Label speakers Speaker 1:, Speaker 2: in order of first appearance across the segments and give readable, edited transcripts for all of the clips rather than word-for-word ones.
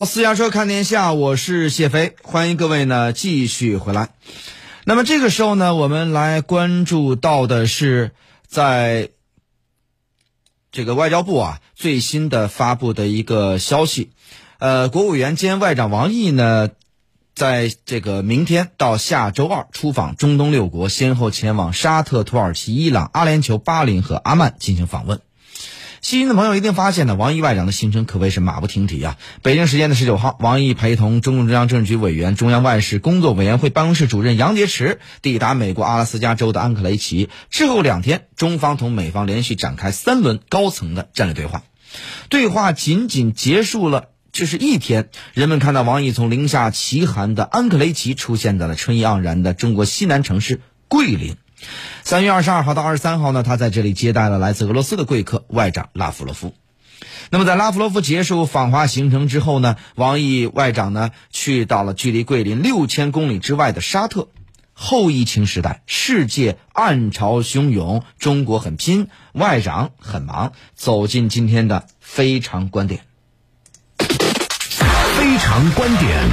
Speaker 1: 私家车看天下，我是谢飞，欢迎各位呢继续回来。那么这个时候呢，我们来关注到的是在这个外交部最新的发布的一个消息。国务员兼外长王毅呢，在这个明天到下周二出访中东6国，先后前往沙特、土耳其、伊朗、阿联酋、巴林和阿曼进行访问。细心的朋友一定发现呢，王毅外长的行程可谓是马不停蹄啊。北京时间的19号，王毅陪同中共中央政治局委员、中央外事工作委员会办公室主任杨洁篪抵达美国阿拉斯加州的安克雷奇。之后2天，中方同美方连续展开3轮高层的战略对话。对话仅仅结束了就是1天，人们看到王毅从零下奇寒的安克雷奇出现在了春意盎然的中国西南城市桂林。3月22号到23号呢，他在这里接待了来自俄罗斯的贵客外长拉夫罗夫。那么在拉夫罗夫结束访华行程之后呢，王毅外长呢去到了距离桂林6000公里之外的沙特。后疫情时代，世界暗潮汹涌，中国很拼，外长很忙。走进今天的非常观点。
Speaker 2: 非常观点。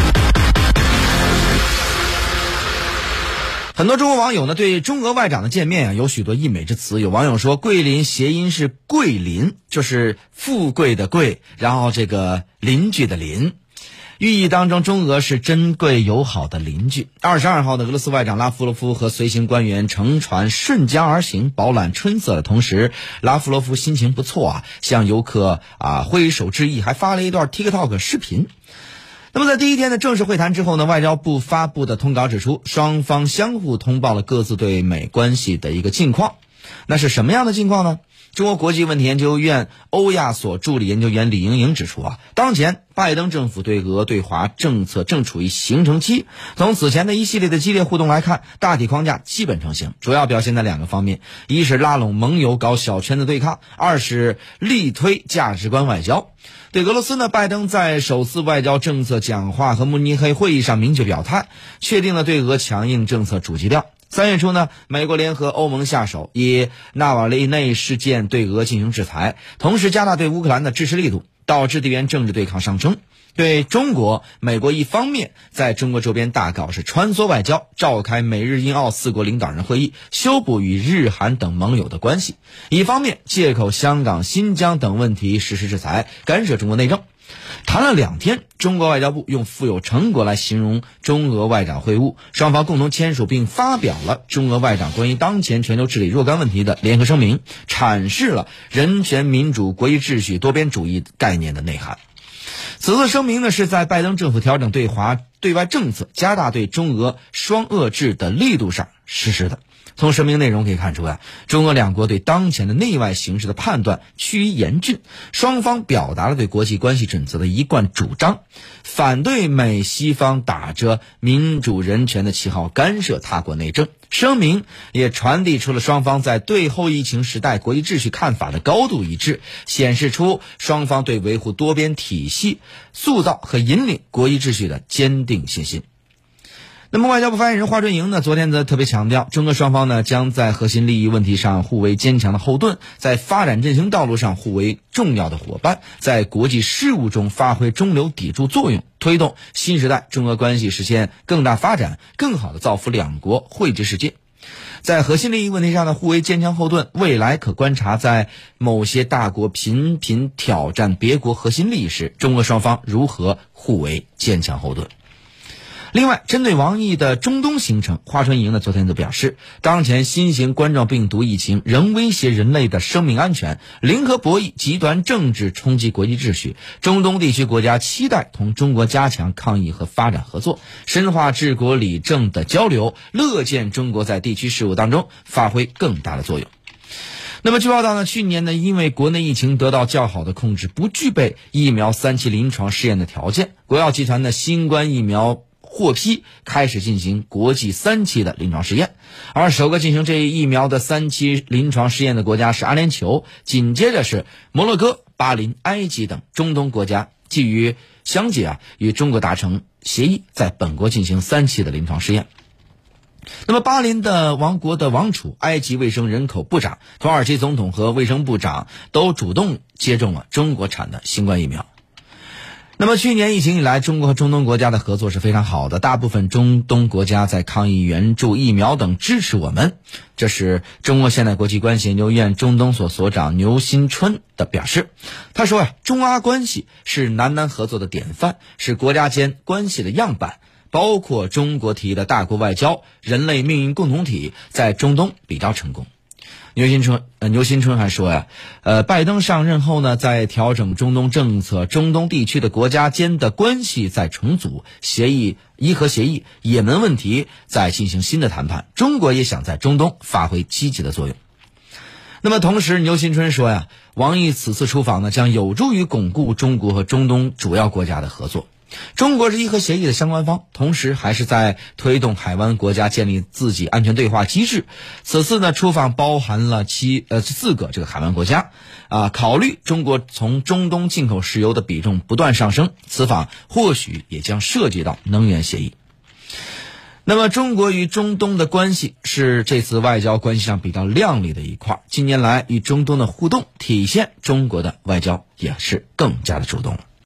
Speaker 1: 很多中国网友呢对中俄外长的见面有许多溢美之词。有网友说，桂林谐音是桂林，就是富贵的贵，然后这个邻居的邻，寓意当中中俄是珍贵友好的邻居。22号的俄罗斯外长拉夫罗夫和随行官员乘船顺江而行，饱览春色的同时，拉夫罗夫心情不错向游客挥手致意，还发了一段 TikTok 视频。那么在第一天的正式会谈之后呢，外交部发布的通稿指出，双方相互通报了各自对美关系的一个近况。那是什么样的近况呢？中国国际问题研究院欧亚所助理研究员李莹莹指出当前拜登政府对俄对华政策正处于形成期。从此前的一系列的激烈互动来看，大体框架基本成型，主要表现在2个方面：一是拉拢盟友搞小圈子对抗，二是力推价值观外交。对俄罗斯呢，拜登在首次外交政策讲话和慕尼黑会议上明确表态，确定了对俄强硬政策主基调。3月初呢，美国联合欧盟下手，以纳瓦利内事件对俄进行制裁，同时加大对乌克兰的支持力度，导致地缘政治对抗上升。对中国，美国一方面在中国周边大搞是穿梭外交，召开美日印澳4国领导人会议，修补与日韩等盟友的关系；一方面借口香港、新疆等问题实施制裁，干涉中国内政。谈了2天，中国外交部用富有成果来形容中俄外长会晤，双方共同签署并发表了中俄外长关于当前全球治理若干问题的联合声明，阐释了人权、民主、国际秩序、多边主义概念的内涵。此次声明呢，是在拜登政府调整对华对外政策、加大对中俄双遏制的力度上实施的。从声明内容可以看出中俄2国对当前的内外形势的判断趋于严峻，双方表达了对国际关系准则的一贯主张，反对美西方打着民主人权的旗号干涉他国内政。声明也传递出了双方在对后疫情时代国际秩序看法的高度一致，显示出双方对维护多边体系、塑造和引领国际秩序的坚定信心。那么外交部发言人华春莹呢，昨天则特别强调，中俄双方呢将在核心利益问题上互为坚强的后盾，在发展振兴道路上互为重要的伙伴，在国际事务中发挥中流砥柱作用，推动新时代中俄关系实现更大发展，更好地造福2国惠及世界。在核心利益问题上的互为坚强后盾，未来可观察在某些大国频频挑战别国核心利益时，中俄双方如何互为坚强后盾。另外，针对王毅的中东行程，华春莹呢昨天则表示，当前新型冠状病毒疫情仍威胁人类的生命安全，零和博弈、极端政治冲击国际秩序，中东地区国家期待同中国加强抗疫和发展合作，深化治国理政的交流，乐见中国在地区事务当中发挥更大的作用。那么据报道呢，去年呢，因为国内疫情得到较好的控制，不具备疫苗3期临床试验的条件，国药集团的新冠疫苗获批，开始进行国际3期的临床试验。而首个进行这一疫苗的3期临床试验的国家是阿联酋，紧接着是摩洛哥、巴林、埃及等中东国家，相继与中国达成协议，在本国进行3期的临床试验。那么巴林的王国的王储、埃及卫生人口部长、土耳其总统和卫生部长都主动接种了中国产的新冠疫苗。 那么去年疫情以来，中国和中东国家的合作是非常好的，大部分中东国家在抗疫、援助、疫苗等支持我们。这是中国现代国际关系研究院中东所所长牛新春的表示。他说中阿关系是南南合作的典范，是国家间关系的样板，包括中国提的大国外交、人类命运共同体在中东比较成功。牛新春还说拜登上任后呢，在调整中东政策，中东地区的国家间的关系在重组，伊核协议、也门问题在进行新的谈判，中国也想在中东发挥积极的作用。那么同时，牛新春说王毅此次出访呢，将有助于巩固中国和中东主要国家的合作。中国是伊核协议的相关方，同时还是在推动海湾国家建立自己安全对话机制。此次呢出访包含了4个这个海湾国家考虑中国从中东进口石油的比重不断上升，此访或许也将涉及到能源协议。那么中国与中东的关系是这次外交关系上比较亮丽的一块，近年来与中东的互动体现中国的外交也是更加的主动了。